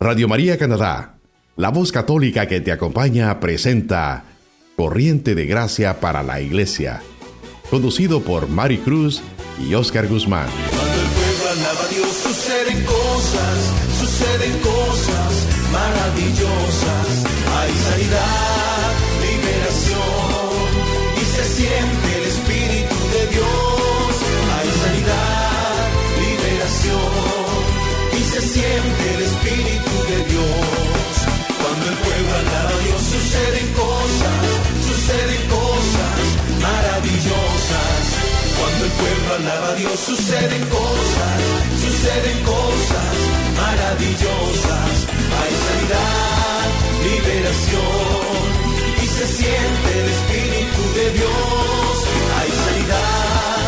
Radio María Canadá, la voz católica que te acompaña, presenta Corriente de Gracia para la Iglesia, conducido por Mari Cruz y Oscar Guzmán. Cuando el pueblo alaba a Dios, suceden cosas maravillosas. Hay sanidad, liberación, y se siente el Espíritu de Dios. Hay sanidad, liberación, y se siente el Espíritu de Dios. Cuando el pueblo alaba a Dios, suceden cosas maravillosas. Cuando el pueblo alaba a Dios, suceden cosas maravillosas. Hay sanidad, liberación, y se siente el Espíritu de Dios. Hay sanidad,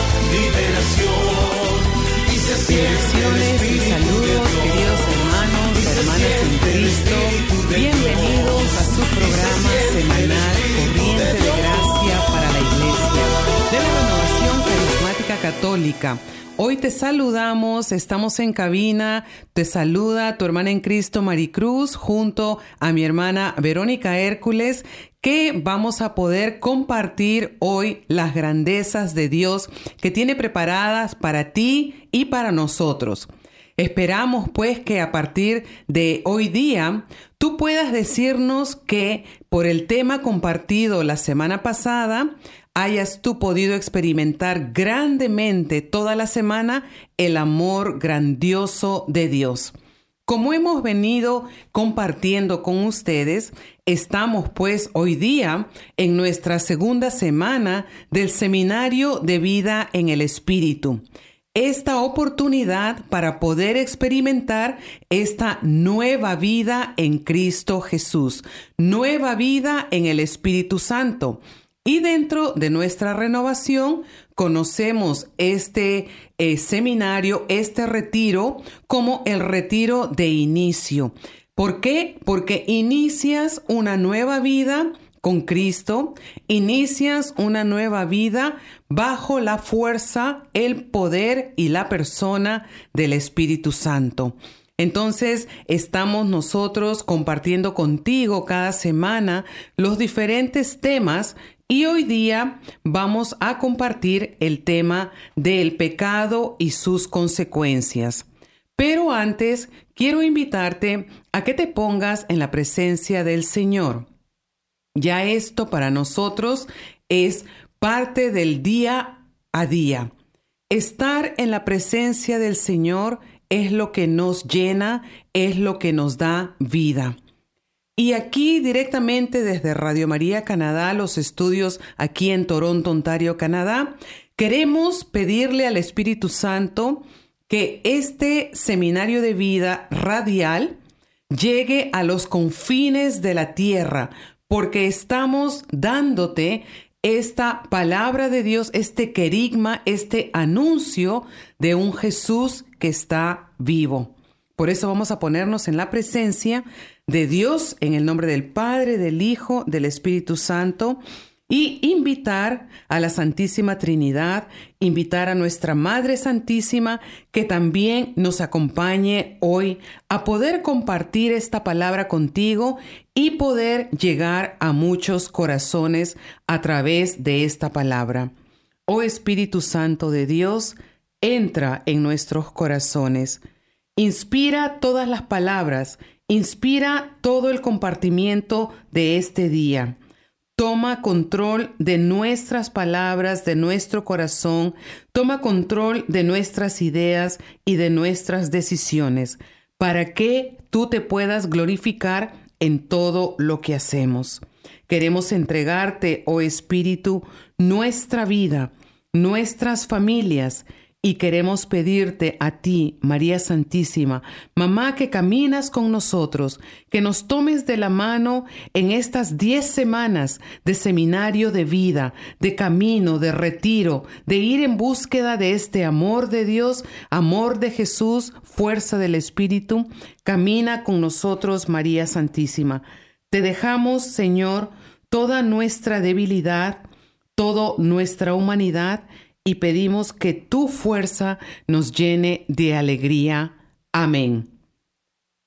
liberación, y se siente el Espíritu de Dios. Queridos hermanos, hermanas en Cristo, bienvenidos a su programa semanal Corriente de Gracia para la Iglesia de la Renovación Carismática Católica. Hoy te saludamos, estamos en cabina, te saluda tu hermana en Cristo Mari Cruz junto a mi hermana Verónica Hércules, que vamos a poder compartir hoy las grandezas de Dios que tiene preparadas para ti y para nosotros. Esperamos pues que a partir de hoy día tú puedas decirnos que por el tema compartido la semana pasada hayas tú podido experimentar grandemente toda la semana el amor grandioso de Dios. Como hemos venido compartiendo con ustedes, estamos pues hoy día en nuestra segunda semana del Seminario de Vida en el Espíritu. Esta oportunidad para poder experimentar esta nueva vida en Cristo Jesús, nueva vida en el Espíritu Santo. Y dentro de nuestra renovación conocemos este seminario, este retiro, como el retiro de inicio. ¿Por qué? Porque inicias una nueva vida con Cristo, inicias una nueva vida bajo la fuerza, el poder y la persona del Espíritu Santo. Entonces, estamos nosotros compartiendo contigo cada semana los diferentes temas y hoy día vamos a compartir el tema del pecado y sus consecuencias. Pero antes, quiero invitarte a que te pongas en la presencia del Señor. Ya esto para nosotros es parte del día a día. Estar en la presencia del Señor es lo que nos llena, es lo que nos da vida. Y aquí directamente desde Radio María Canadá, los estudios aquí en Toronto, Ontario, Canadá, queremos pedirle al Espíritu Santo que este seminario de vida radial llegue a los confines de la tierra, porque estamos dándote esta palabra de Dios, este querigma, este anuncio de un Jesús que está vivo. Por eso vamos a ponernos en la presencia de Dios, en el nombre del Padre, del Hijo, del Espíritu Santo, y invitar a la Santísima Trinidad, invitar a nuestra Madre Santísima que también nos acompañe hoy a poder compartir esta palabra contigo y poder llegar a muchos corazones a través de esta palabra. Oh Espíritu Santo de Dios, entra en nuestros corazones. Inspira todas las palabras, inspira todo el compartimiento de este día. Toma control de nuestras palabras, de nuestro corazón. Toma control de nuestras ideas y de nuestras decisiones, para que tú te puedas glorificar en todo lo que hacemos. Queremos entregarte, oh Espíritu, nuestra vida, nuestras familias, y queremos pedirte a ti, María Santísima, Mamá que caminas con nosotros, que nos tomes de la mano en estas 10 semanas de seminario de vida, de camino, de retiro, de ir en búsqueda de este amor de Dios, amor de Jesús, fuerza del Espíritu. Camina con nosotros, María Santísima. Te dejamos, Señor, toda nuestra debilidad, toda nuestra humanidad, y pedimos que tu fuerza nos llene de alegría. Amén.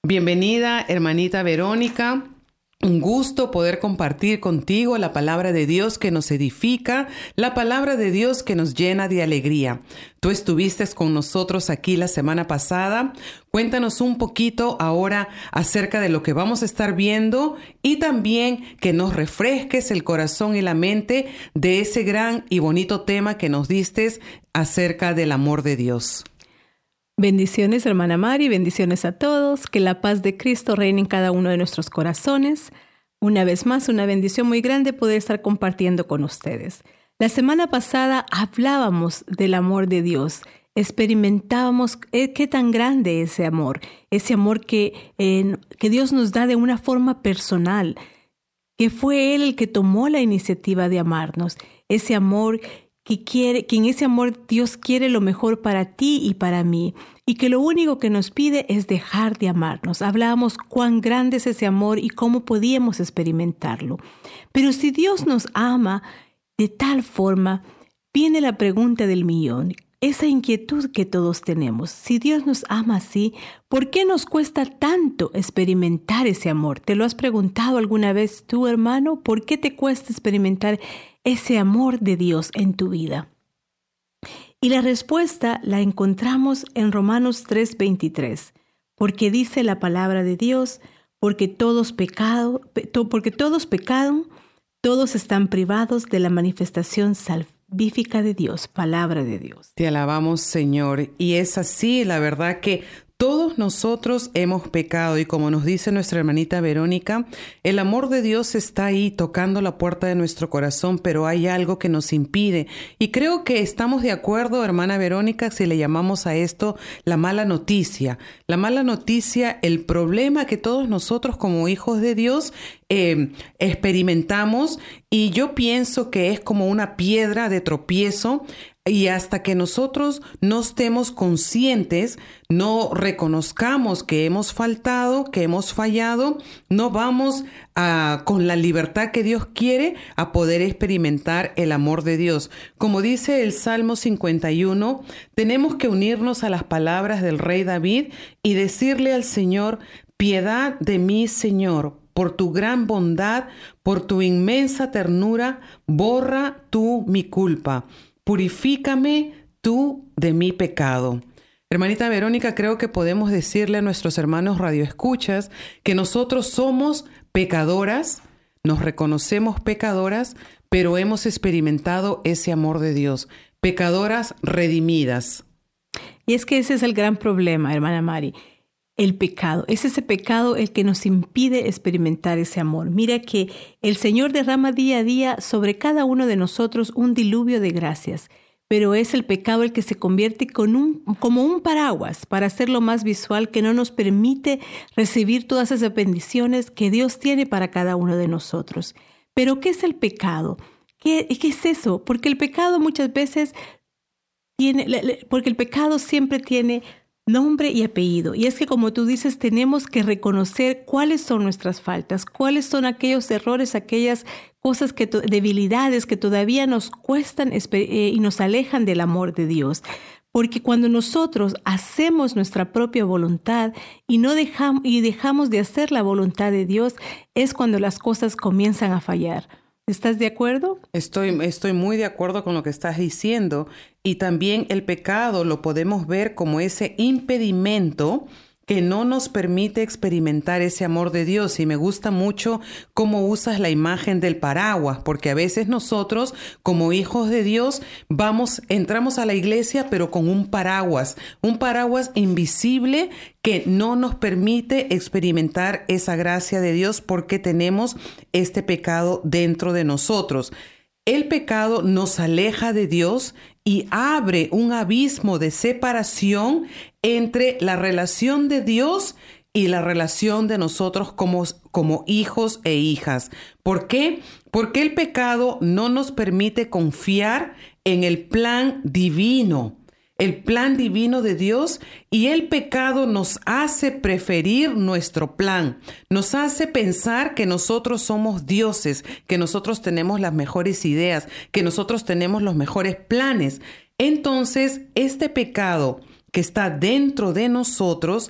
Bienvenida, hermanita Verónica. Un gusto poder compartir contigo la palabra de Dios que nos edifica, la palabra de Dios que nos llena de alegría. Tú estuviste con nosotros aquí la semana pasada. Cuéntanos un poquito ahora acerca de lo que vamos a estar viendo y también que nos refresques el corazón y la mente de ese gran y bonito tema que nos diste acerca del amor de Dios. Bendiciones, hermana Mari, bendiciones a todos. Que la paz de Cristo reine en cada uno de nuestros corazones. Una vez más, una bendición muy grande poder estar compartiendo con ustedes. La semana pasada hablábamos del amor de Dios. Experimentábamos qué tan grande es ese amor que Dios nos da de una forma personal, que fue Él el que tomó la iniciativa de amarnos. Ese amor que en ese amor Dios quiere lo mejor para ti y para mí, y que lo único que nos pide es dejar de amarnos. Hablábamos cuán grande es ese amor y cómo podíamos experimentarlo. Pero si Dios nos ama de tal forma, viene la pregunta del millón, esa inquietud que todos tenemos. Si Dios nos ama así, ¿por qué nos cuesta tanto experimentar ese amor? ¿Te lo has preguntado alguna vez tú, hermano? ¿Por qué te cuesta experimentar ese amor de Dios en tu vida? Y la respuesta la encontramos en Romanos 3:23, porque dice la palabra de Dios, porque todos pecaron, todos están privados de la manifestación salvífica de Dios, palabra de Dios. Te alabamos, Señor, y es así, la verdad que todos nosotros hemos pecado y como nos dice nuestra hermanita Verónica, el amor de Dios está ahí tocando la puerta de nuestro corazón, pero hay algo que nos impide. Y creo que estamos de acuerdo, hermana Verónica, si le llamamos a esto la mala noticia. La mala noticia, el problema que todos nosotros como hijos de Dios experimentamos, y yo pienso que es como una piedra de tropiezo. Y hasta que nosotros no estemos conscientes, no reconozcamos que hemos faltado, que hemos fallado, no vamos con la libertad que Dios quiere a poder experimentar el amor de Dios. Como dice el Salmo 51, tenemos que unirnos a las palabras del rey David y decirle al Señor, piedad de mí, Señor, por tu gran bondad, por tu inmensa ternura, borra tú mi culpa. Purifícame tú de mi pecado. Hermanita Verónica, creo que podemos decirle a nuestros hermanos radioescuchas que nosotros somos pecadoras, nos reconocemos pecadoras, pero hemos experimentado ese amor de Dios, pecadoras redimidas. Y es que ese es el gran problema, hermana Mari. El pecado, es ese pecado el que nos impide experimentar ese amor. Mira que el Señor derrama día a día sobre cada uno de nosotros un diluvio de gracias, pero es el pecado el que se convierte como un paraguas para hacerlo más visual, que no nos permite recibir todas esas bendiciones que Dios tiene para cada uno de nosotros. Pero ¿qué es el pecado? ¿Qué es eso? Porque el pecado muchas veces porque el pecado siempre tiene nombre y apellido. Y es que, como tú dices, tenemos que reconocer cuáles son nuestras faltas, cuáles son aquellos errores, aquellas cosas, debilidades que todavía nos cuestan y nos alejan del amor de Dios. Porque cuando nosotros hacemos nuestra propia voluntad y dejamos de hacer la voluntad de Dios, es cuando las cosas comienzan a fallar. ¿Estás de acuerdo? Estoy muy de acuerdo con lo que estás diciendo. Y también el pecado lo podemos ver como ese impedimento que no nos permite experimentar ese amor de Dios. Y me gusta mucho cómo usas la imagen del paraguas, porque a veces nosotros, como hijos de Dios, entramos a la iglesia, pero con un paraguas invisible que no nos permite experimentar esa gracia de Dios porque tenemos este pecado dentro de nosotros. El pecado nos aleja de Dios y abre un abismo de separación entre la relación de Dios y la relación de nosotros como hijos e hijas. ¿Por qué? Porque el pecado no nos permite confiar en el plan divino de Dios, y el pecado nos hace preferir nuestro plan, nos hace pensar que nosotros somos dioses, que nosotros tenemos las mejores ideas, que nosotros tenemos los mejores planes. Entonces, este pecado que está dentro de nosotros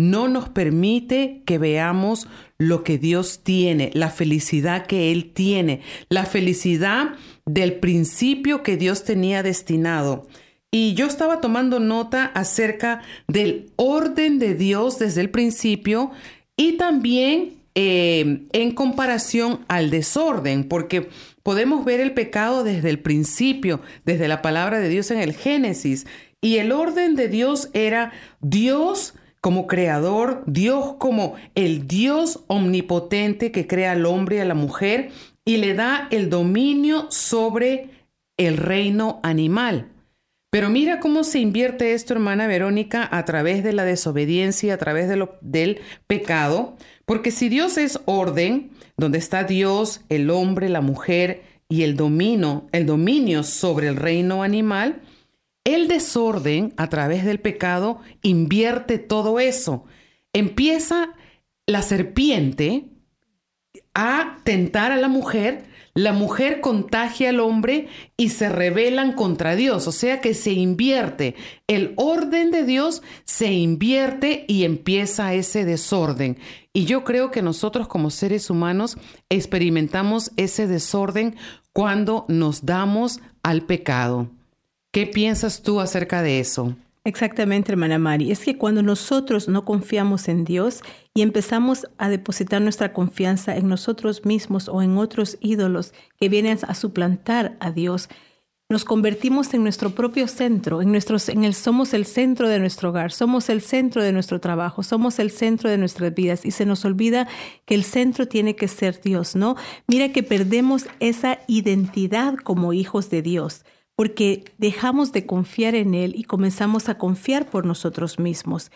no nos permite que veamos lo que Dios tiene, la felicidad que Él tiene, la felicidad del principio que Dios tenía destinado. Y yo estaba tomando nota acerca del orden de Dios desde el principio y también en comparación al desorden, porque podemos ver el pecado desde el principio, desde la palabra de Dios en el Génesis. Y el orden de Dios era Dios como creador, Dios como el Dios omnipotente que crea al hombre y a la mujer y le da el dominio sobre el reino animal. Pero mira cómo se invierte esto, hermana Verónica, a través de la desobediencia, a través del pecado. Porque si Dios es orden, donde está Dios, el hombre, la mujer y el dominio sobre el reino animal, el desorden a través del pecado invierte todo eso. Empieza la serpiente a tentar a la mujer contagia al hombre y se rebelan contra Dios. O sea que se invierte. El orden de Dios se invierte y empieza ese desorden. Y yo creo que nosotros como seres humanos experimentamos ese desorden cuando nos damos al pecado. ¿Qué piensas tú acerca de eso? Exactamente, hermana Mari. Es que cuando nosotros no confiamos en Dios y empezamos a depositar nuestra confianza en nosotros mismos o en otros ídolos que vienen a suplantar a Dios, nos convertimos en nuestro propio centro, somos el centro de nuestro hogar, somos el centro de nuestro trabajo, somos el centro de nuestras vidas y se nos olvida que el centro tiene que ser Dios, ¿no? Mira que perdemos esa identidad como hijos de Dios, porque dejamos de confiar en Él y comenzamos a confiar por nosotros mismos.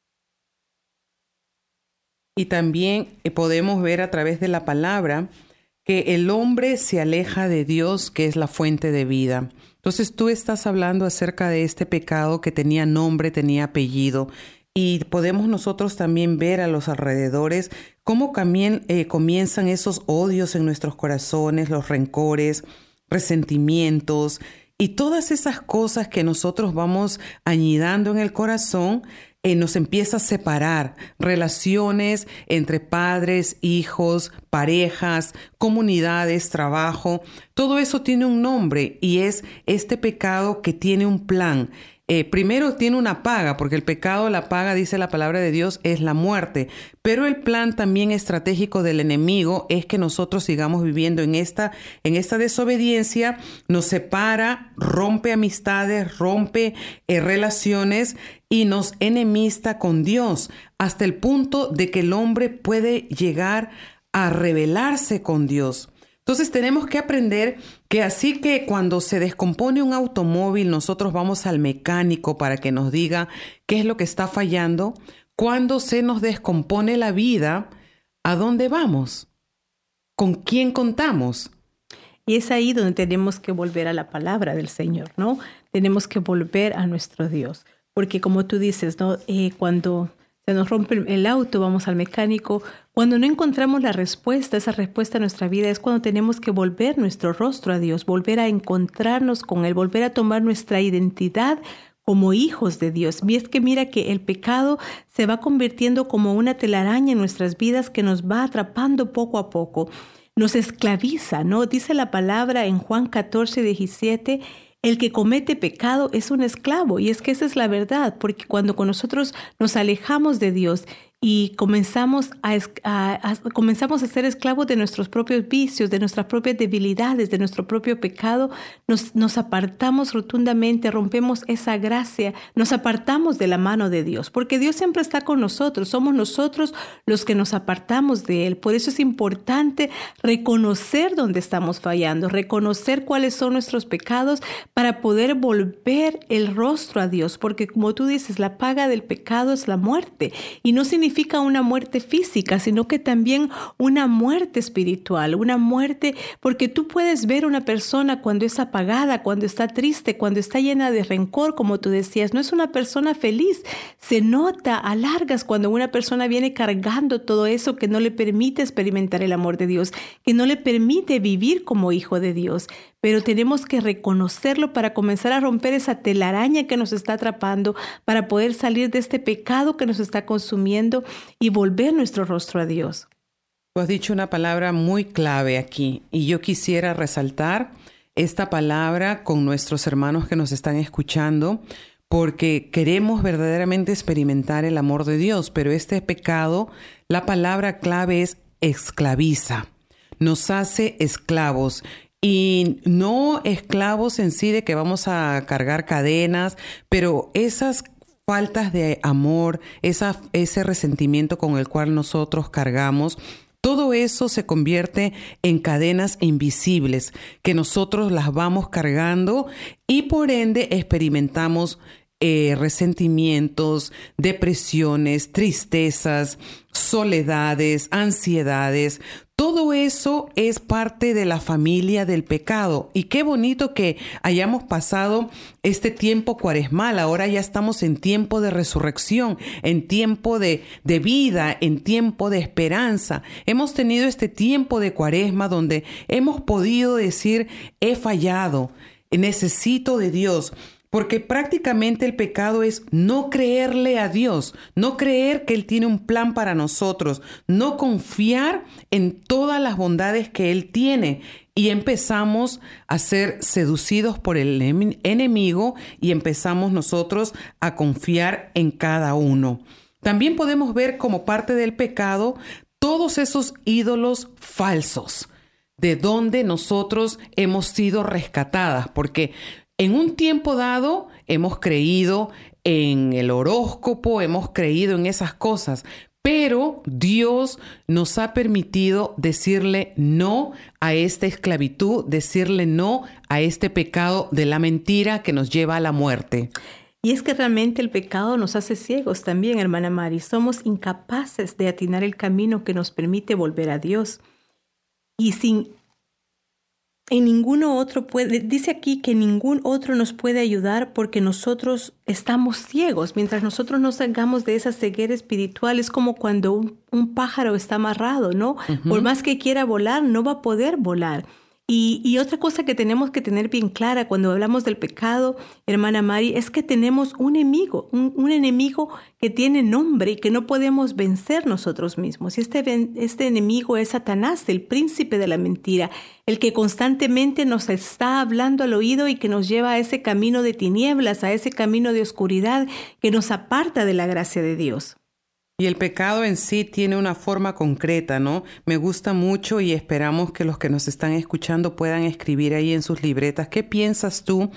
Y también podemos ver a través de la palabra que el hombre se aleja de Dios, que es la fuente de vida. Entonces tú estás hablando acerca de este pecado que tenía nombre, tenía apellido. Y podemos nosotros también ver a los alrededores cómo también comienzan esos odios en nuestros corazones, los rencores, resentimientos y todas esas cosas que nosotros vamos añidando en el corazón. Nos empieza a separar relaciones entre padres, hijos, parejas, comunidades, trabajo. Todo eso tiene un nombre y es este pecado que tiene un plan. Primero tiene una paga, porque el pecado, la paga, dice la palabra de Dios, es la muerte. Pero el plan también estratégico del enemigo es que nosotros sigamos viviendo en esta desobediencia, nos separa, rompe amistades, rompe relaciones y nos enemista con Dios, hasta el punto de que el hombre puede llegar a rebelarse con Dios. Entonces tenemos que aprender que así que cuando se descompone un automóvil, nosotros vamos al mecánico para que nos diga qué es lo que está fallando. Cuando se nos descompone la vida, ¿a dónde vamos? ¿Con quién contamos? Y es ahí donde tenemos que volver a la palabra del Señor, ¿no? Tenemos que volver a nuestro Dios. Porque como tú dices, ¿no? Cuando se nos rompe el auto, vamos al mecánico. Cuando no encontramos la respuesta, esa respuesta a nuestra vida es cuando tenemos que volver nuestro rostro a Dios, volver a encontrarnos con Él, volver a tomar nuestra identidad como hijos de Dios. Y es que mira que el pecado se va convirtiendo como una telaraña en nuestras vidas que nos va atrapando poco a poco. Nos esclaviza, ¿no? Dice la palabra en Juan 14:17, el que comete pecado es un esclavo. Y es que esa es la verdad, porque cuando nosotros nos alejamos de Dios y comenzamos a ser esclavos de nuestros propios vicios, de nuestras propias debilidades, de nuestro propio pecado, nos apartamos rotundamente, rompemos esa gracia, nos apartamos de la mano de Dios, porque Dios siempre está con nosotros, somos nosotros los que nos apartamos de Él. Por eso es importante reconocer dónde estamos fallando, reconocer cuáles son nuestros pecados para poder volver el rostro a Dios, porque como tú dices, la paga del pecado es la muerte, y no significa significa una muerte física, sino que también una muerte espiritual, una muerte, porque tú puedes ver una persona cuando es apagada, cuando está triste, cuando está llena de rencor, como tú decías, no es una persona feliz. Se nota a largas cuando una persona viene cargando todo eso que no le permite experimentar el amor de Dios, que no le permite vivir como hijo de Dios. Pero tenemos que reconocerlo para comenzar a romper esa telaraña que nos está atrapando, para poder salir de este pecado que nos está consumiendo y volver nuestro rostro a Dios. Tú has dicho una palabra muy clave aquí y yo quisiera resaltar esta palabra con nuestros hermanos que nos están escuchando, porque queremos verdaderamente experimentar el amor de Dios, pero este pecado, la palabra clave es esclaviza, nos hace esclavos. Y no esclavos en sí de que vamos a cargar cadenas, pero esas faltas de amor, ese resentimiento con el cual nosotros cargamos, todo eso se convierte en cadenas invisibles que nosotros las vamos cargando y por ende experimentamos resentimientos, depresiones, tristezas, soledades, ansiedades. Todo eso es parte de la familia del pecado. Y qué bonito que hayamos pasado este tiempo cuaresmal. Ahora ya estamos en tiempo de resurrección, en tiempo de vida, en tiempo de esperanza. Hemos tenido este tiempo de cuaresma donde hemos podido decir, he fallado, necesito de Dios. Porque prácticamente el pecado es no creerle a Dios, no creer que Él tiene un plan para nosotros, no confiar en todas las bondades que Él tiene. Y empezamos a ser seducidos por el enemigo y empezamos nosotros a confiar en cada uno. También podemos ver como parte del pecado todos esos ídolos falsos, de donde nosotros hemos sido rescatadas, porque en un tiempo dado hemos creído en el horóscopo, hemos creído en esas cosas, pero Dios nos ha permitido decirle no a esta esclavitud, decirle no a este pecado de la mentira que nos lleva a la muerte. Y es que realmente el pecado nos hace ciegos también, hermana Mari. Somos incapaces de atinar el camino que nos permite volver a Dios. Y en ninguno otro dice aquí que ningún otro nos puede ayudar porque nosotros estamos ciegos. Mientras nosotros no salgamos de esa ceguera espiritual, es como cuando un pájaro está amarrado, ¿no? Uh-huh. Por más que quiera volar, no va a poder volar. Y otra cosa que tenemos que tener bien clara cuando hablamos del pecado, hermana Mari, es que tenemos un enemigo, un enemigo que tiene nombre y que no podemos vencer nosotros mismos. Y este enemigo es Satanás, el príncipe de la mentira, el que constantemente nos está hablando al oído y que nos lleva a ese camino de tinieblas, a ese camino de oscuridad que nos aparta de la gracia de Dios. Y el pecado en sí tiene una forma concreta, ¿no? Me gusta mucho y esperamos que los que nos están escuchando puedan escribir ahí en sus libretas. ¿Qué piensas tú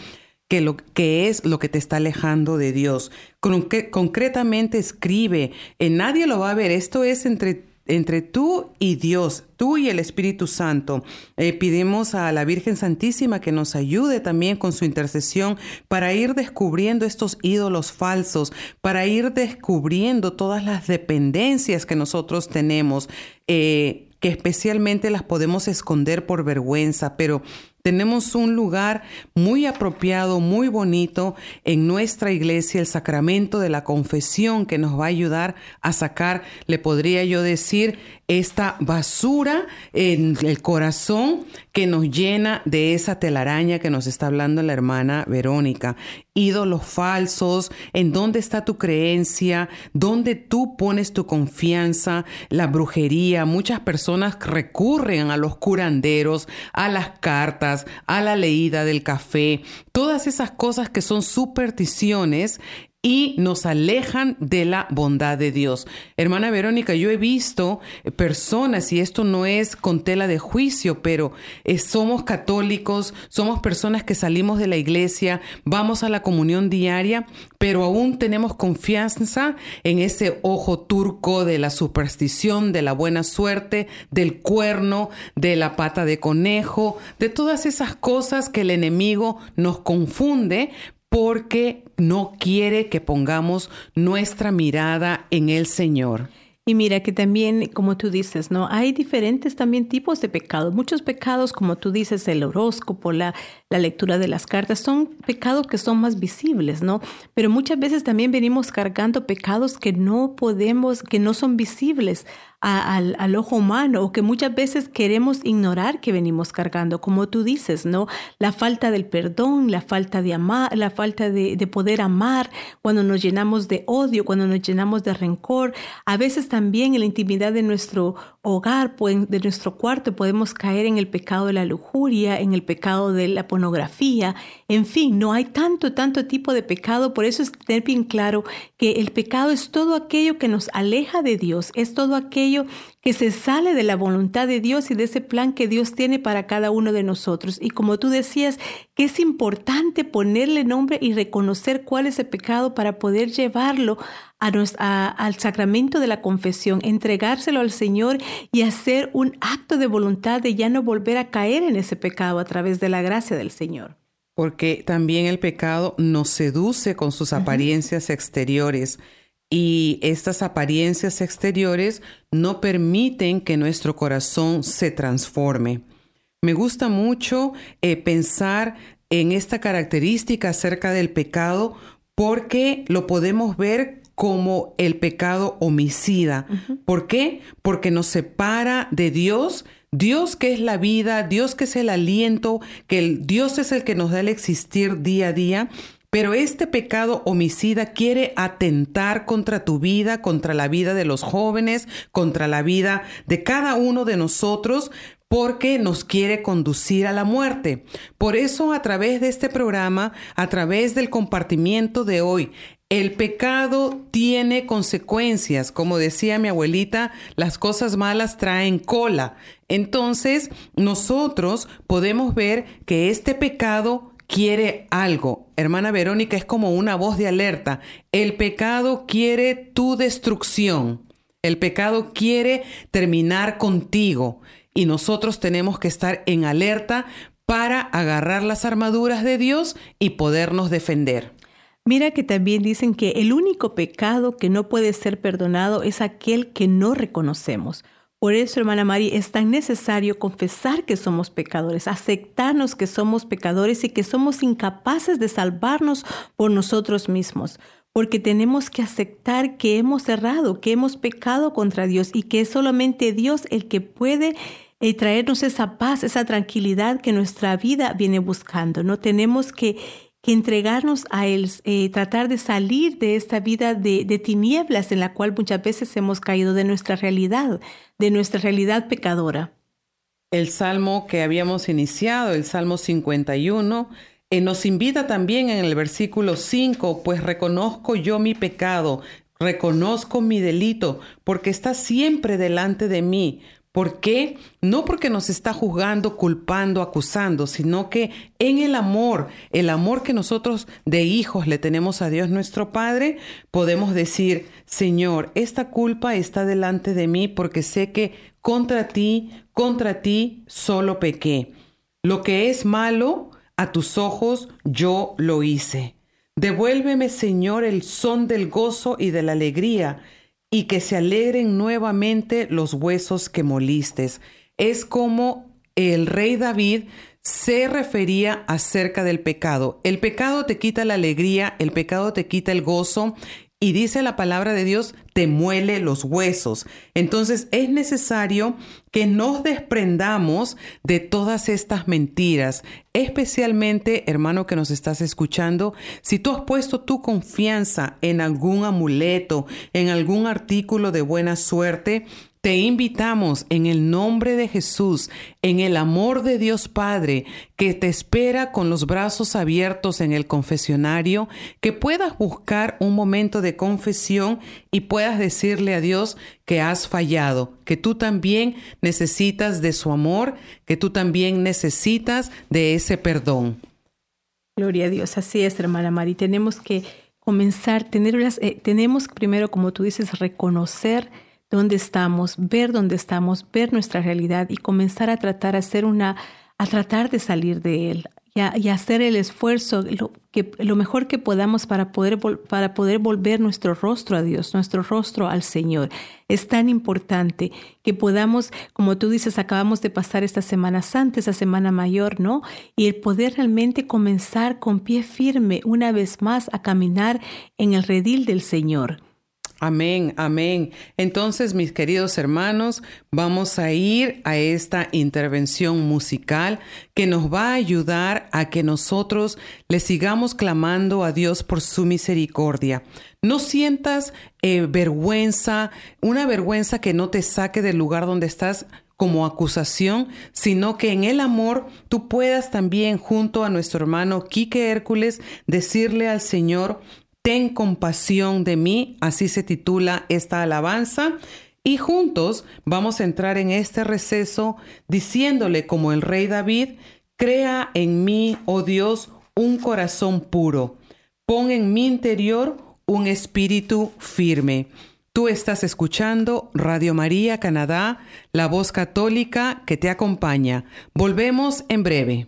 que es lo que te está alejando de Dios? Concretamente escribe. Nadie lo va a ver. Esto es entre tú y Dios, tú y el Espíritu Santo. Pedimos a la Virgen Santísima que nos ayude también con su intercesión para ir descubriendo estos ídolos falsos, para ir descubriendo todas las dependencias que nosotros tenemos, que especialmente las podemos esconder por vergüenza, pero tenemos un lugar muy apropiado, muy bonito en nuestra iglesia, el sacramento de la confesión, que nos va a ayudar a sacar, le podría yo decir, esta basura en el corazón que nos llena de esa telaraña que nos está hablando la hermana Verónica. Ídolos falsos, en dónde está tu creencia, dónde tú pones tu confianza, la brujería. Muchas personas recurren a los curanderos, a las cartas, a la leída del café, todas esas cosas que son supersticiones y nos alejan de la bondad de Dios. Hermana Verónica, yo he visto personas, y esto no es con tela de juicio, pero somos católicos, somos personas que salimos de la iglesia, vamos a la comunión diaria, pero aún tenemos confianza en ese ojo turco de la superstición, de la buena suerte, del cuerno, de la pata de conejo, de todas esas cosas que el enemigo nos confunde, porque no quiere que pongamos nuestra mirada en el Señor. Y mira que también, como tú dices, ¿no? Hay diferentes también tipos de pecados. Muchos pecados, como tú dices, el horóscopo, la lectura de las cartas, son pecados que son más visibles, ¿no? Pero muchas veces también venimos cargando pecados que no podemos, que no son visibles al ojo humano, o que muchas veces queremos ignorar que venimos cargando, como tú dices, ¿no? La falta del perdón, la falta de amar, la falta de poder amar, cuando nos llenamos de odio, cuando nos llenamos de rencor. A veces también en la intimidad de nuestro hogar, de nuestro cuarto, podemos caer en el pecado de la lujuria, en el pecado de la pornografía. En fin, no hay tanto tipo de pecado. Por eso es tener bien claro que el pecado es todo aquello que nos aleja de Dios, es todo aquello que se sale de la voluntad de Dios y de ese plan que Dios tiene para cada uno de nosotros. Y como tú decías, que es importante ponerle nombre y reconocer cuál es el pecado para poder llevarlo al sacramento de la confesión, entregárselo al Señor y hacer un acto de voluntad de ya no volver a caer en ese pecado a través de la gracia del Señor. Porque también el pecado nos seduce con sus apariencias exteriores. Y estas apariencias exteriores no permiten que nuestro corazón se transforme. Me gusta mucho pensar en esta característica acerca del pecado porque lo podemos ver como el pecado homicida. ¿Por qué? Porque nos separa de Dios. Dios que es la vida, Dios que es el aliento, Dios es el que nos da el existir día a día. Pero este pecado homicida quiere atentar contra tu vida, contra la vida de los jóvenes, contra la vida de cada uno de nosotros, porque nos quiere conducir a la muerte. Por eso, a través de este programa, a través del compartimiento de hoy, el pecado tiene consecuencias. Como decía mi abuelita, las cosas malas traen cola. Entonces, nosotros podemos ver que este pecado quiere algo. Hermana Verónica, es como una voz de alerta. El pecado quiere tu destrucción. El pecado quiere terminar contigo. Y nosotros tenemos que estar en alerta para agarrar las armaduras de Dios y podernos defender. Mira que también dicen que el único pecado que no puede ser perdonado es aquel que no reconocemos. Por eso, hermana Mari, es tan necesario confesar que somos pecadores, aceptarnos que somos pecadores y que somos incapaces de salvarnos por nosotros mismos. Porque tenemos que aceptar que hemos errado, que hemos pecado contra Dios y que es solamente Dios el que puede traernos esa paz, esa tranquilidad que nuestra vida viene buscando. No tenemos que entregarnos a Él, tratar de salir de esta vida de tinieblas en la cual muchas veces hemos caído, de nuestra realidad pecadora. El salmo que habíamos iniciado, el Salmo 51, nos invita también en el versículo 5, pues reconozco yo mi pecado, reconozco mi delito, porque está siempre delante de mí. ¿Por qué? No porque nos está juzgando, culpando, acusando, sino que en el amor que nosotros de hijos le tenemos a Dios nuestro Padre, podemos decir, Señor, esta culpa está delante de mí porque sé que contra ti solo pequé. Lo que es malo a tus ojos yo lo hice. Devuélveme, Señor, el son del gozo y de la alegría, y que se alegren nuevamente los huesos que molistes. Es como el rey David se refería acerca del pecado. El pecado te quita la alegría, el pecado te quita el gozo, y dice la palabra de Dios, te muele los huesos. Entonces es necesario que nos desprendamos de todas estas mentiras. Especialmente, hermano que nos estás escuchando, si tú has puesto tu confianza en algún amuleto, en algún artículo de buena suerte, te invitamos en el nombre de Jesús, en el amor de Dios Padre, que te espera con los brazos abiertos en el confesionario, que puedas buscar un momento de confesión y puedas decirle a Dios que has fallado, que tú también necesitas de su amor, que tú también necesitas de ese perdón. Gloria a Dios, así es, hermana Mari. Tenemos que comenzar, tenemos primero, como tú dices, reconocer dónde estamos, ver nuestra realidad y comenzar a tratar de salir de él y hacer el esfuerzo, lo mejor que podamos para poder volver nuestro rostro a Dios, nuestro rostro al Señor. Es tan importante que podamos, como tú dices, acabamos de pasar esta Semana Santa, esa Semana Mayor, ¿no? Y el poder realmente comenzar con pie firme una vez más a caminar en el redil del Señor. Amén, amén. Entonces, mis queridos hermanos, vamos a ir a esta intervención musical que nos va a ayudar a que nosotros le sigamos clamando a Dios por su misericordia. No sientas vergüenza, una vergüenza que no te saque del lugar donde estás como acusación, sino que en el amor tú puedas también, junto a nuestro hermano Quique Hércules, decirle al Señor: ten compasión de mí, así se titula esta alabanza. Y juntos vamos a entrar en este receso diciéndole como el rey David: crea en mí, oh Dios, un corazón puro. Pon en mi interior un espíritu firme. Tú estás escuchando Radio María Canadá, la voz católica que te acompaña. Volvemos en breve.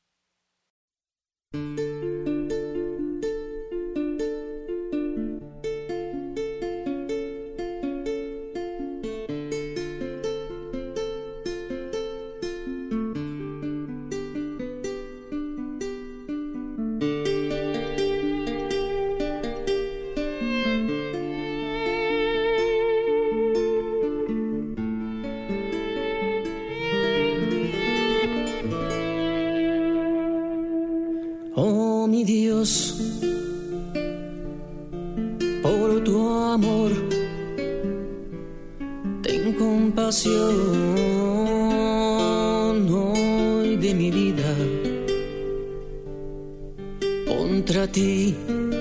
Oh mi Dios, por tu amor, ten compasión hoy de mi vida. Contra ti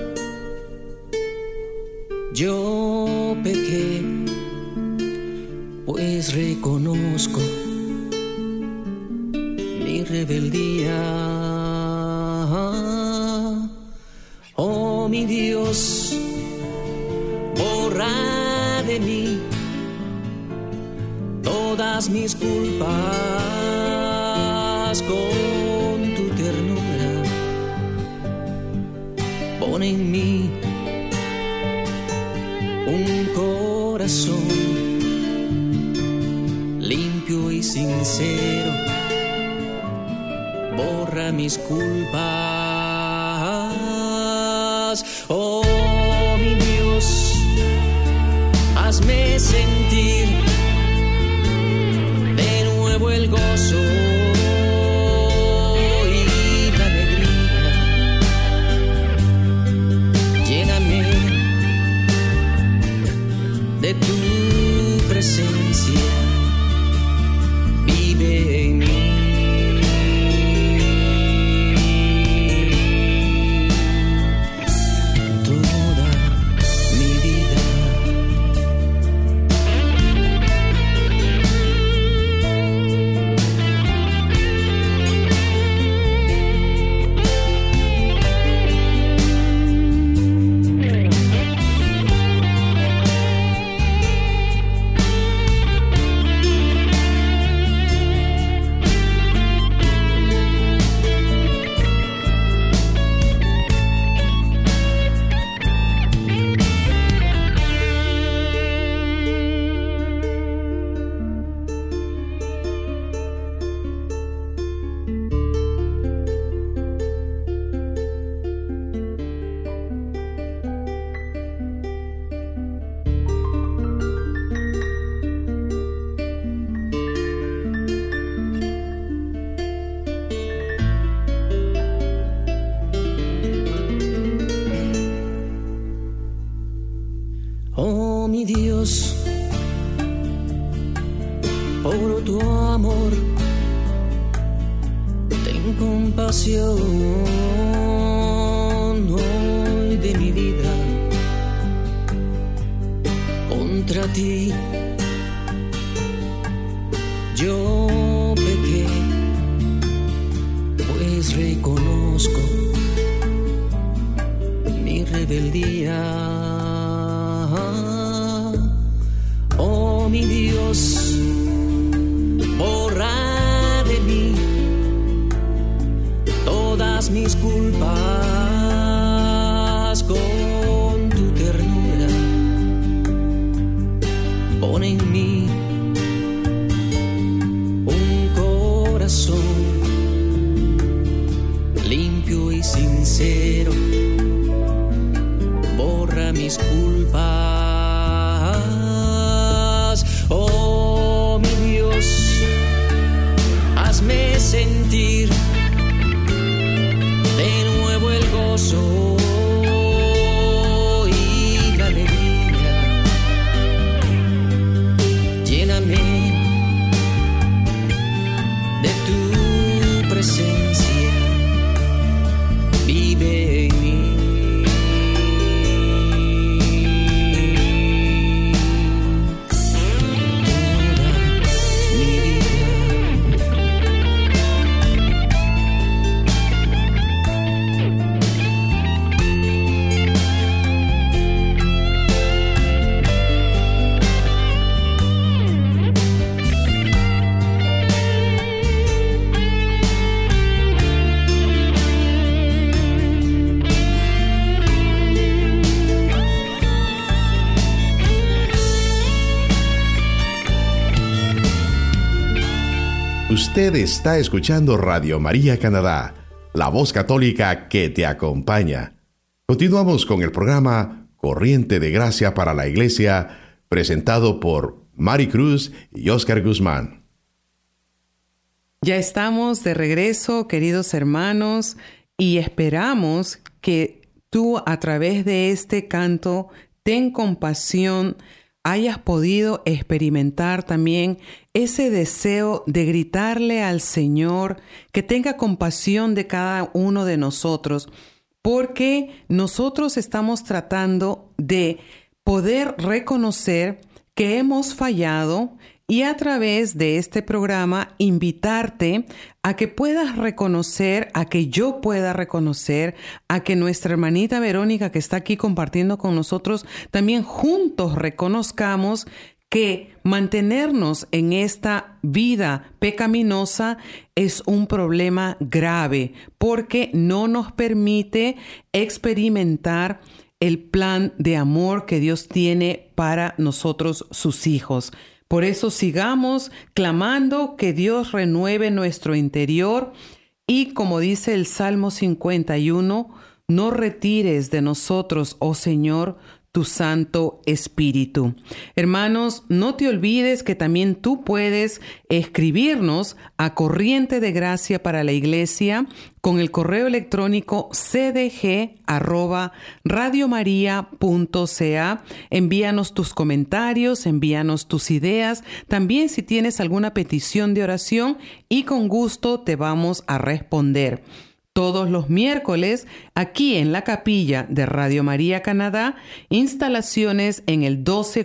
yo pequé, pues reconozco mi rebeldía. Oh mi Dios, borra de mí todas mis culpas con tu ternura. Pon en mí un corazón limpio y sincero. Borra mis culpas. Oh mi Dios, hazme sentir de nuevo el gozo y la alegría. Lléname de tu presencia, vive en mí. Mi Dios, por tu amor, ten compasión hoy de mi vida. Contra ti yo pequé, pues reconozco mi rebeldía. Oh mi Dios, borra de mí todas un corazón limpio y sincero, borra mis culpas. Oh mi Dios, hazme sentir de nuevo el gozo y la alegría. Lléname de tu presencia, vive en mí. Usted está escuchando Radio María Canadá, la voz católica que te acompaña. Continuamos con el programa Corriente de Gracia para la Iglesia, presentado por Mari Cruz y Oscar Guzmán. Ya estamos de regreso, queridos hermanos, y esperamos que tú, a través de este canto, ten compasión, hayas podido experimentar también ese deseo de gritarle al Señor que tenga compasión de cada uno de nosotros, porque nosotros estamos tratando de poder reconocer que hemos fallado y a través de este programa invitarte a que puedas reconocer, a que yo pueda reconocer, a que nuestra hermanita Verónica, que está aquí compartiendo con nosotros, también juntos reconozcamos que mantenernos en esta vida pecaminosa es un problema grave porque no nos permite experimentar el plan de amor que Dios tiene para nosotros, sus hijos. Por eso sigamos clamando que Dios renueve nuestro interior y, como dice el Salmo 51, no retires de nosotros, oh Señor, tu Santo Espíritu. Hermanos, no te olvides que también tú puedes escribirnos a Corriente de Gracia para la Iglesia con el correo electrónico cdg@radiomaria.ca. Envíanos tus comentarios, envíanos tus ideas, también si tienes alguna petición de oración y con gusto te vamos a responder. Todos los miércoles, aquí en la capilla de Radio María Canadá, instalaciones en el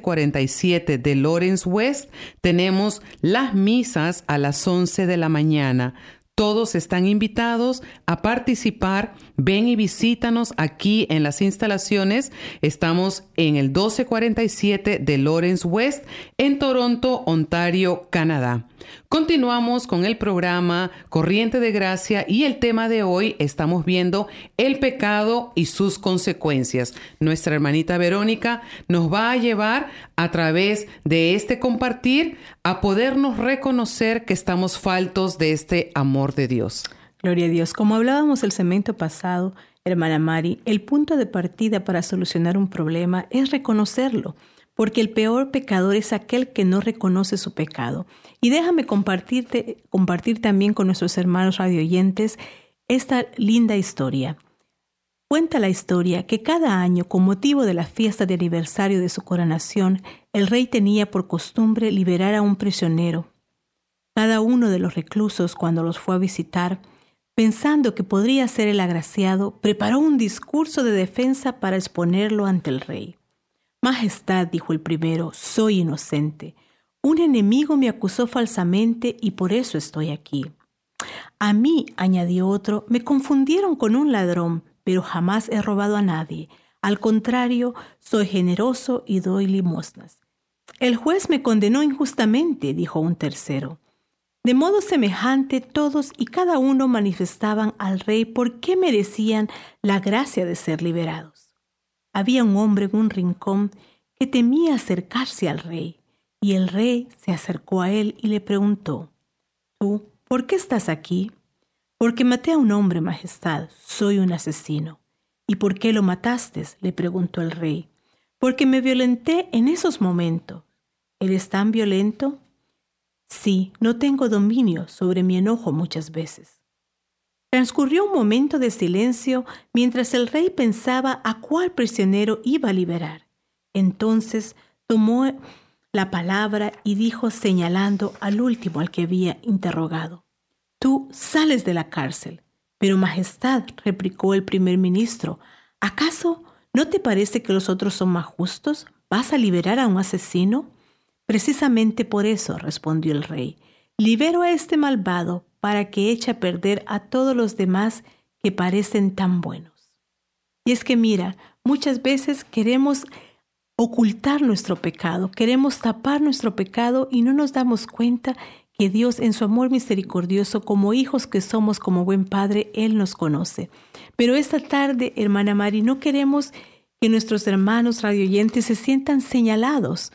1247 de Lawrence West, tenemos las misas a las 11 de la mañana. Todos están invitados a participar. Ven y visítanos aquí en las instalaciones. Estamos en el 1247 de Lawrence West, en Toronto, Ontario, Canadá. Continuamos con el programa Corriente de Gracia y el tema de hoy estamos viendo el pecado y sus consecuencias. Nuestra hermanita Verónica nos va a llevar a través de este compartir a podernos reconocer que estamos faltos de este amor de Dios. Gloria a Dios. Como hablábamos el segmento pasado, hermana Mari, el punto de partida para solucionar un problema es reconocerlo, porque el peor pecador es aquel que no reconoce su pecado. Y déjame compartir también con nuestros hermanos radioyentes esta linda historia. Cuenta la historia que cada año, con motivo de la fiesta de aniversario de su coronación, el rey tenía por costumbre liberar a un prisionero. Cada uno de los reclusos, cuando los fue a visitar, pensando que podría ser el agraciado, preparó un discurso de defensa para exponerlo ante el rey. Majestad, dijo el primero, soy inocente. Un enemigo me acusó falsamente y por eso estoy aquí. A mí, añadió otro, me confundieron con un ladrón, pero jamás he robado a nadie. Al contrario, soy generoso y doy limosnas. El juez me condenó injustamente, dijo un tercero. De modo semejante, todos y cada uno manifestaban al rey por qué merecían la gracia de ser liberados. Había un hombre en un rincón que temía acercarse al rey. Y el rey se acercó a él y le preguntó: ¿Tú por qué estás aquí? Porque maté a un hombre, majestad, soy un asesino. ¿Y por qué lo mataste?, le preguntó el rey. Porque me violenté en esos momentos. ¿Eres tan violento? Sí, no tengo dominio sobre mi enojo muchas veces. Transcurrió un momento de silencio mientras el rey pensaba a cuál prisionero iba a liberar. Entonces tomó la palabra y dijo, señalando al último al que había interrogado: Tú sales de la cárcel. Pero majestad, replicó el primer ministro, ¿acaso no te parece que los otros son más justos? ¿Vas a liberar a un asesino? Precisamente por eso, respondió el rey, libero a este malvado para que eche a perder a todos los demás que parecen tan buenos. Y es que mira, muchas veces queremos ocultar nuestro pecado, queremos tapar nuestro pecado y no nos damos cuenta que Dios, en su amor misericordioso, como hijos que somos, como buen Padre, Él nos conoce. Pero esta tarde, hermana Mari, no queremos que nuestros hermanos radioyentes se sientan señalados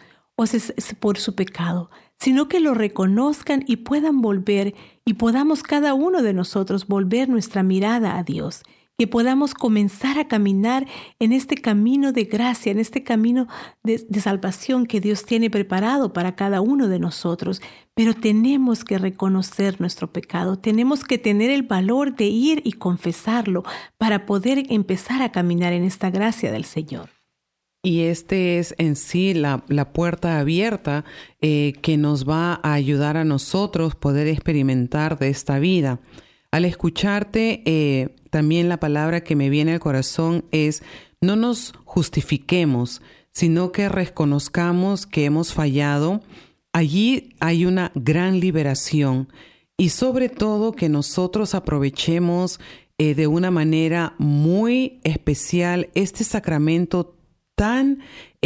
por su pecado, sino que lo reconozcan y puedan volver, y podamos cada uno de nosotros volver nuestra mirada a Dios, que podamos comenzar a caminar en este camino de gracia, en este camino de salvación que Dios tiene preparado para cada uno de nosotros. Pero tenemos que reconocer nuestro pecado, tenemos que tener el valor de ir y confesarlo para poder empezar a caminar en esta gracia del Señor. Y este es en sí la puerta abierta que nos va a ayudar a nosotros poder experimentar de esta vida. Al escucharte, también la palabra que me viene al corazón es: no nos justifiquemos, sino que reconozcamos que hemos fallado. Allí hay una gran liberación y sobre todo que nosotros aprovechemos de una manera muy especial este sacramento tan,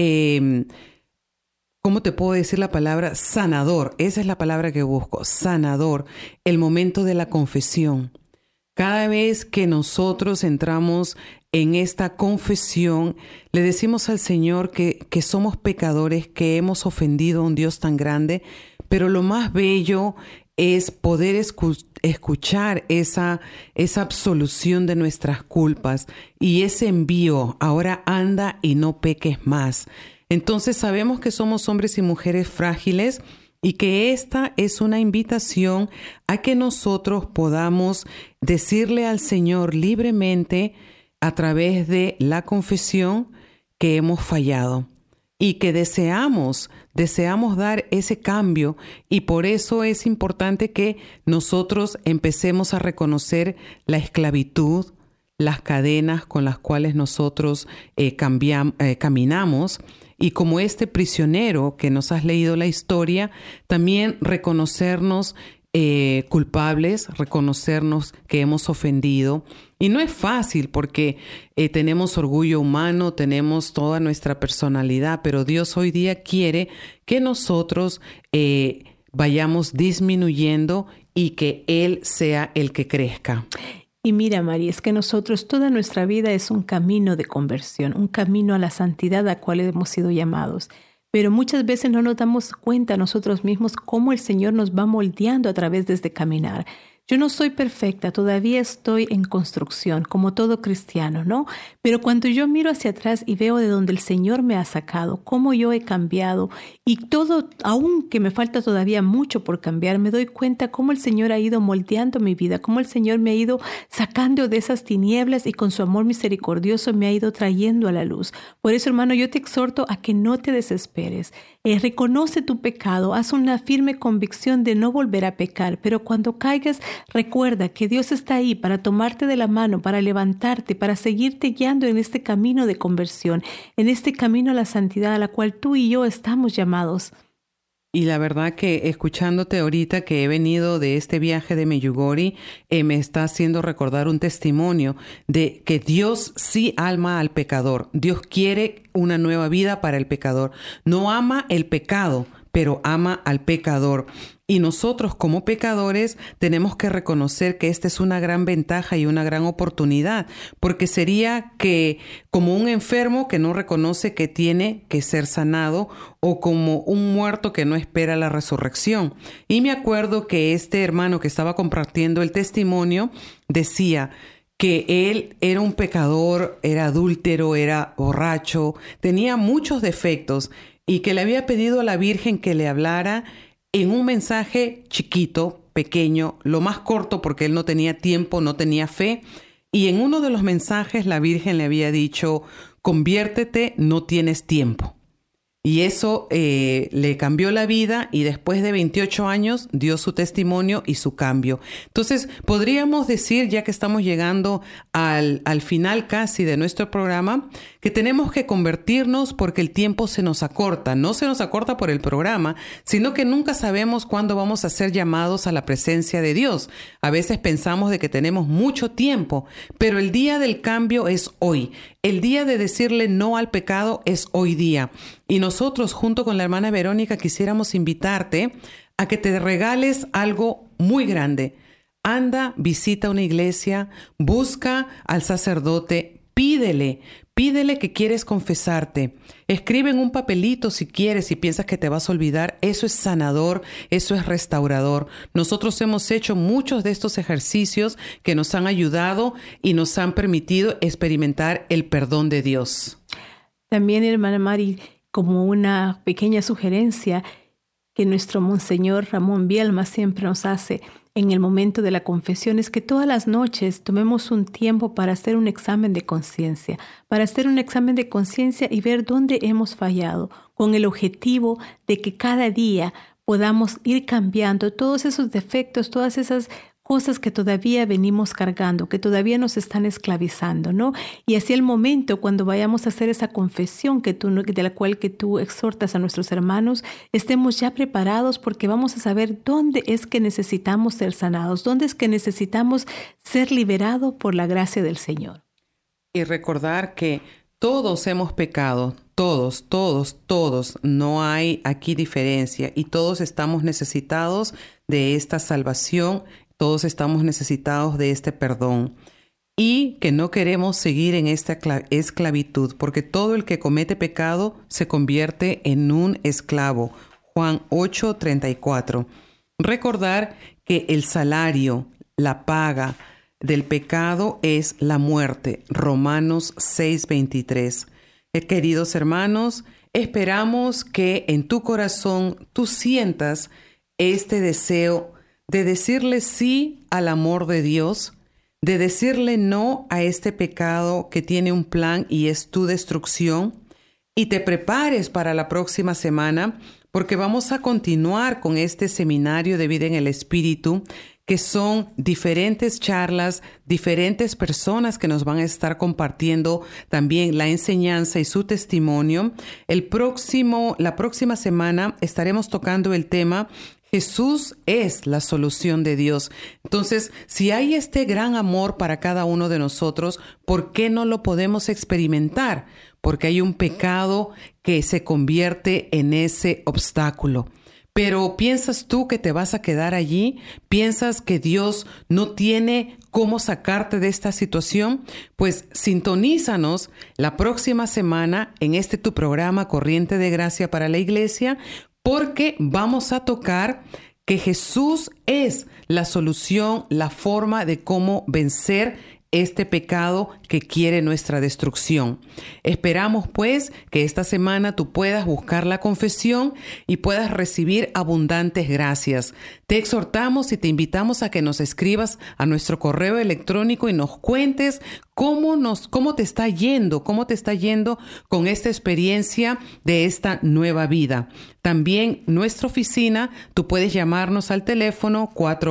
¿cómo te puedo decir la palabra? Sanador. Esa es la palabra que busco, sanador. El momento de la confesión. Cada vez que nosotros entramos en esta confesión, le decimos al Señor que somos pecadores, que hemos ofendido a un Dios tan grande, pero lo más bello es poder escuchar esa absolución de nuestras culpas y ese envío: ahora anda y no peques más. Entonces sabemos que somos hombres y mujeres frágiles y que esta es una invitación a que nosotros podamos decirle al Señor libremente a través de la confesión que hemos fallado y que deseamos dar ese cambio, y por eso es importante que nosotros empecemos a reconocer la esclavitud, las cadenas con las cuales nosotros caminamos. Y como este prisionero que nos has leído la historia, también reconocernos culpables, reconocernos que hemos ofendido. Y no es fácil porque tenemos orgullo humano, tenemos toda nuestra personalidad, pero Dios hoy día quiere que nosotros vayamos disminuyendo y que Él sea el que crezca. Y mira, María, es que nosotros, toda nuestra vida es un camino de conversión, un camino a la santidad a cual hemos sido llamados. Pero muchas veces no nos damos cuenta nosotros mismos cómo el Señor nos va moldeando a través de este caminar. Yo no soy perfecta, todavía estoy en construcción, como todo cristiano, ¿no? Pero cuando yo miro hacia atrás y veo de donde el Señor me ha sacado, cómo yo he cambiado y todo, aunque me falta todavía mucho por cambiar, me doy cuenta cómo el Señor ha ido moldeando mi vida, cómo el Señor me ha ido sacando de esas tinieblas y con su amor misericordioso me ha ido trayendo a la luz. Por eso, hermano, yo te exhorto a que no te desesperes. Reconoce tu pecado, haz una firme convicción de no volver a pecar, pero cuando caigas, recuerda que Dios está ahí para tomarte de la mano, para levantarte, para seguirte guiando en este camino de conversión, en este camino a la santidad a la cual tú y yo estamos llamados. Y la verdad que escuchándote ahorita que he venido de este viaje de Medjugorje, me está haciendo recordar un testimonio de que Dios sí ama al pecador. Dios quiere una nueva vida para el pecador. No ama el pecado, pero ama al pecador. Y nosotros como pecadores tenemos que reconocer que esta es una gran ventaja y una gran oportunidad, porque sería que como un enfermo que no reconoce que tiene que ser sanado, o como un muerto que no espera la resurrección. Y me acuerdo que este hermano que estaba compartiendo el testimonio decía que él era un pecador, era adúltero, era borracho, tenía muchos defectos y que le había pedido a la Virgen que le hablara en un mensaje chiquito, pequeño, lo más corto porque él no tenía tiempo, no tenía fe. Y en uno de los mensajes la Virgen le había dicho, conviértete, no tienes tiempo. Y eso le cambió la vida y después de 28 años dio su testimonio y su cambio. Entonces, podríamos decir, ya que estamos llegando al final casi de nuestro programa, que tenemos que convertirnos porque el tiempo se nos acorta. No se nos acorta por el programa, sino que nunca sabemos cuándo vamos a ser llamados a la presencia de Dios. A veces pensamos de que tenemos mucho tiempo, pero el día del cambio es hoy. El día de decirle no al pecado es hoy día. Y nosotros, junto con la hermana Verónica, quisiéramos invitarte a que te regales algo muy grande. Anda, visita una iglesia, busca al sacerdote, pídele que quieres confesarte. Escribe en un papelito si quieres, si piensas que te vas a olvidar. Eso es sanador, eso es restaurador. Nosotros hemos hecho muchos de estos ejercicios que nos han ayudado y nos han permitido experimentar el perdón de Dios. También, hermana Mari, como una pequeña sugerencia que nuestro Monseñor Ramón Bielma siempre nos hace en el momento de la confesión, es que todas las noches tomemos un tiempo para hacer un examen de conciencia, y ver dónde hemos fallado, con el objetivo de que cada día podamos ir cambiando todos esos defectos, todas esas cosas que todavía venimos cargando, que todavía nos están esclavizando, ¿no? Y así el momento cuando vayamos a hacer esa confesión de la cual que tú exhortas a nuestros hermanos, estemos ya preparados porque vamos a saber dónde es que necesitamos ser sanados, dónde es que necesitamos ser liberados por la gracia del Señor. Y recordar que todos hemos pecado, todos, no hay aquí diferencia y todos estamos necesitados de esta salvación. Todos estamos necesitados de este perdón y que no queremos seguir en esta esclavitud, porque todo el que comete pecado se convierte en un esclavo. Juan 8:34. Recordar que el salario, la paga del pecado es la muerte. Romanos 6:23. Queridos hermanos, esperamos que en tu corazón tú sientas este deseo de decirle sí al amor de Dios, de decirle no a este pecado que tiene un plan y es tu destrucción, y te prepares para la próxima semana porque vamos a continuar con este seminario de vida en el Espíritu, que son diferentes charlas, diferentes personas que nos van a estar compartiendo también la enseñanza y su testimonio. La próxima semana estaremos tocando el tema Jesús es la solución de Dios. Entonces, si hay este gran amor para cada uno de nosotros, ¿por qué no lo podemos experimentar? Porque hay un pecado que se convierte en ese obstáculo. Pero ¿piensas tú que te vas a quedar allí? ¿Piensas que Dios no tiene cómo sacarte de esta situación? Pues sintonízanos la próxima semana en tu programa Corriente de Gracia para la Iglesia, porque vamos a tocar que Jesús es la solución, la forma de cómo vencer este pecado que quiere nuestra destrucción. Esperamos pues que esta semana tú puedas buscar la confesión y puedas recibir abundantes gracias. Te exhortamos y te invitamos a que nos escribas a nuestro correo electrónico y nos cuentes cómo te está yendo con esta experiencia de esta nueva vida. También nuestra oficina, tú puedes llamarnos al teléfono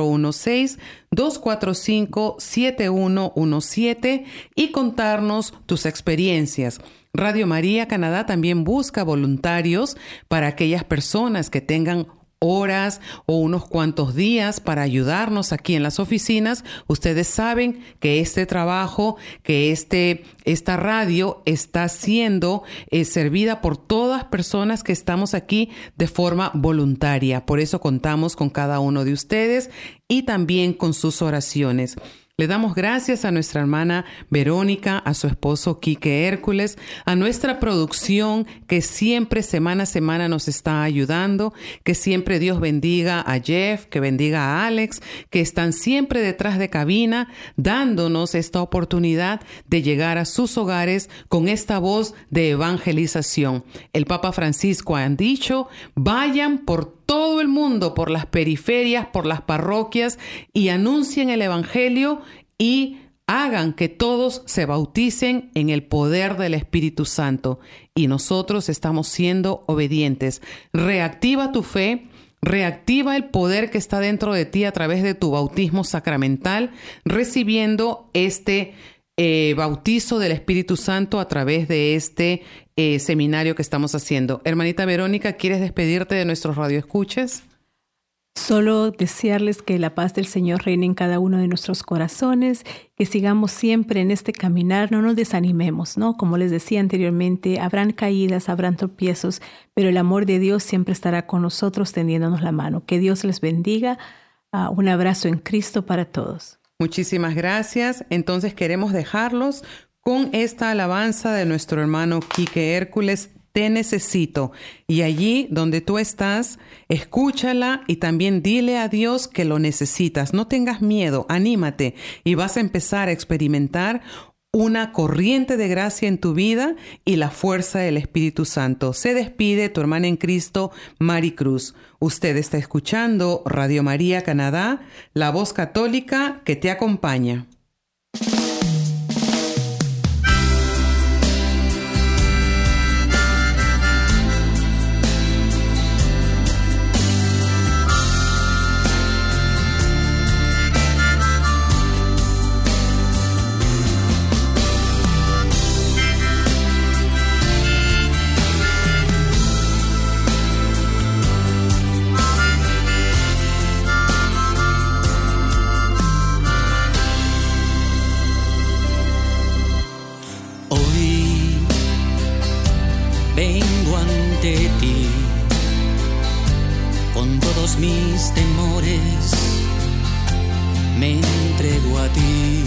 416-245-7117 y contarnos tus experiencias. Radio María Canadá también busca voluntarios para aquellas personas que tengan horas o unos cuantos días para ayudarnos aquí en las oficinas, ustedes saben que este trabajo, que esta radio está siendo servida por todas personas que estamos aquí de forma voluntaria. Por eso contamos con cada uno de ustedes y también con sus oraciones. Le damos gracias a nuestra hermana Verónica, a su esposo Quique Hércules, a nuestra producción que siempre semana a semana nos está ayudando, que siempre Dios bendiga a Jeff, que bendiga a Alex, que están siempre detrás de cabina dándonos esta oportunidad de llegar a sus hogares con esta voz de evangelización. El Papa Francisco ha dicho, vayan por todo el mundo, por las periferias, por las parroquias y anuncien el evangelio y hagan que todos se bauticen en el poder del Espíritu Santo. Y nosotros estamos siendo obedientes. Reactiva tu fe. Reactiva el poder que está dentro de ti a través de tu bautismo sacramental, recibiendo este bautizo del Espíritu Santo a través de este seminario que estamos haciendo. Hermanita Verónica, ¿quieres despedirte de nuestros radioescuchas? Solo desearles que la paz del Señor reine en cada uno de nuestros corazones, que sigamos siempre en este caminar, no nos desanimemos, ¿no? Como les decía anteriormente, habrán caídas, habrán tropiezos, pero el amor de Dios siempre estará con nosotros tendiéndonos la mano. Que Dios les bendiga. Un abrazo en Cristo para todos. Muchísimas gracias. Entonces queremos dejarlos con esta alabanza de nuestro hermano Quique Hércules, Te necesito. Y allí donde tú estás, escúchala y también dile a Dios que lo necesitas. No tengas miedo, anímate y vas a empezar a experimentar una corriente de gracia en tu vida y la fuerza del Espíritu Santo. Se despide tu hermana en Cristo, Mari Cruz. Usted está escuchando Radio María Canadá, la voz católica que te acompaña. Vengo ante ti con todos mis temores, me entrego a ti.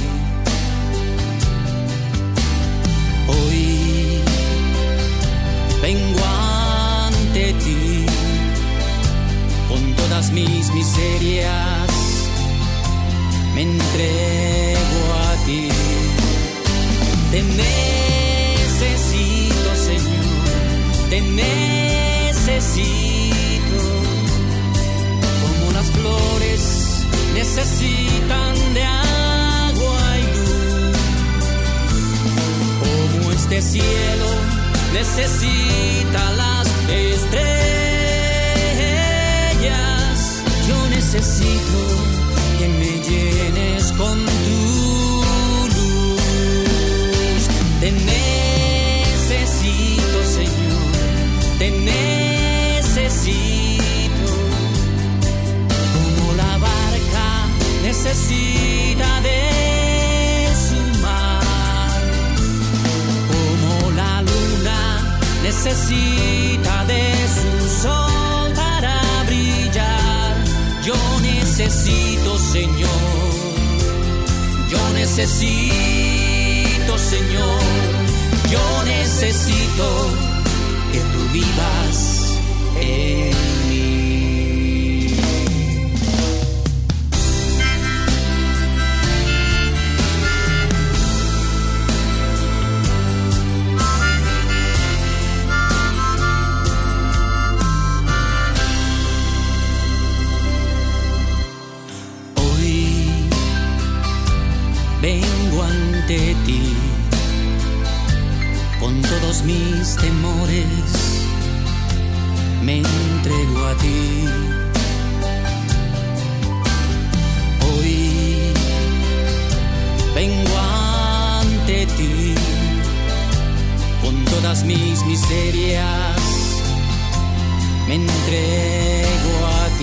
Hoy vengo ante ti con todas mis miserias, me entrego a ti. Te necesito, Señor, te necesito, como las flores necesitan de agua y luz, como este cielo necesita las estrellas. Yo necesito que me llenes con tu luz. Te necesito, Señor, te necesito, como la barca necesita de su mar, como la luna necesita de su sol para brillar. Yo necesito, Señor, yo necesito, Señor, yo necesito que tú vivas en mí. Hoy vengo ante ti con todos mis temores, me entrego a ti. Hoy vengo ante ti con todas mis miserias, me entrego a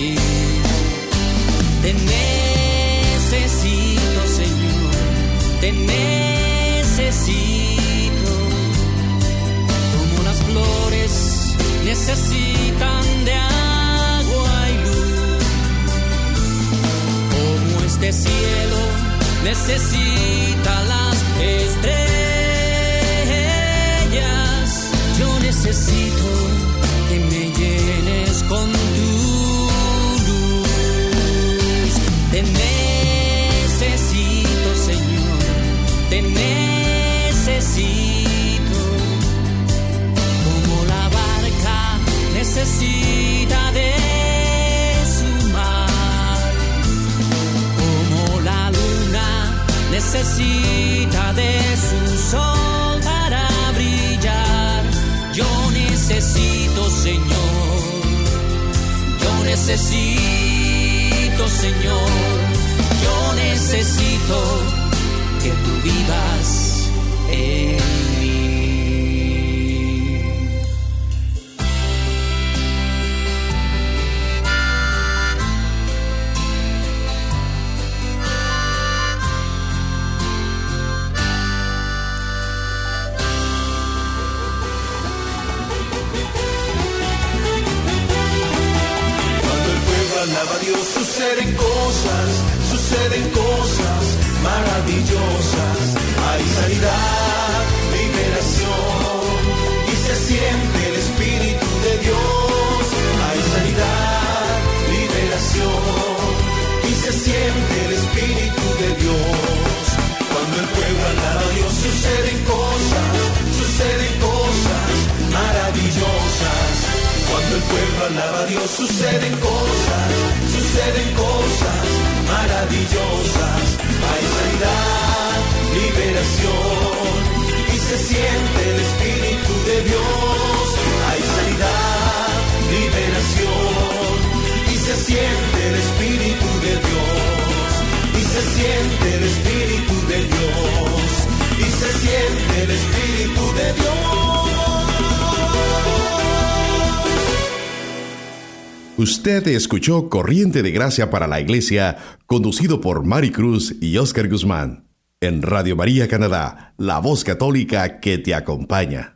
te necesito, como las flores necesitan de agua y luz, como este cielo necesita las estrellas. Yo necesito que me llenes con tu luz. Te necesito, Señor, te necesito, como la barca necesita de su mar, como la luna necesita de su sol para brillar. Yo necesito, Señor, yo necesito, Señor, yo necesito que tú vivas en mí. Alaba a Dios, suceden cosas maravillosas. Hay sanidad, liberación y se siente el Espíritu de Dios. Hay sanidad, liberación y se siente el Espíritu de Dios. Cuando el pueblo alaba a Dios, suceden cosas maravillosas. Cuando el pueblo alaba a Dios, suceden cosas maravillosas. Hay sanidad, liberación y se siente el Espíritu de Dios. Hay sanidad, liberación y se siente el Espíritu de Dios. Y se siente el Espíritu de Dios. Y se siente el Espíritu de Dios. Usted escuchó Corriente de Gracia para la Iglesia, conducido por Mari Cruz y Oscar Guzmán, en Radio María Canadá, la voz católica que te acompaña.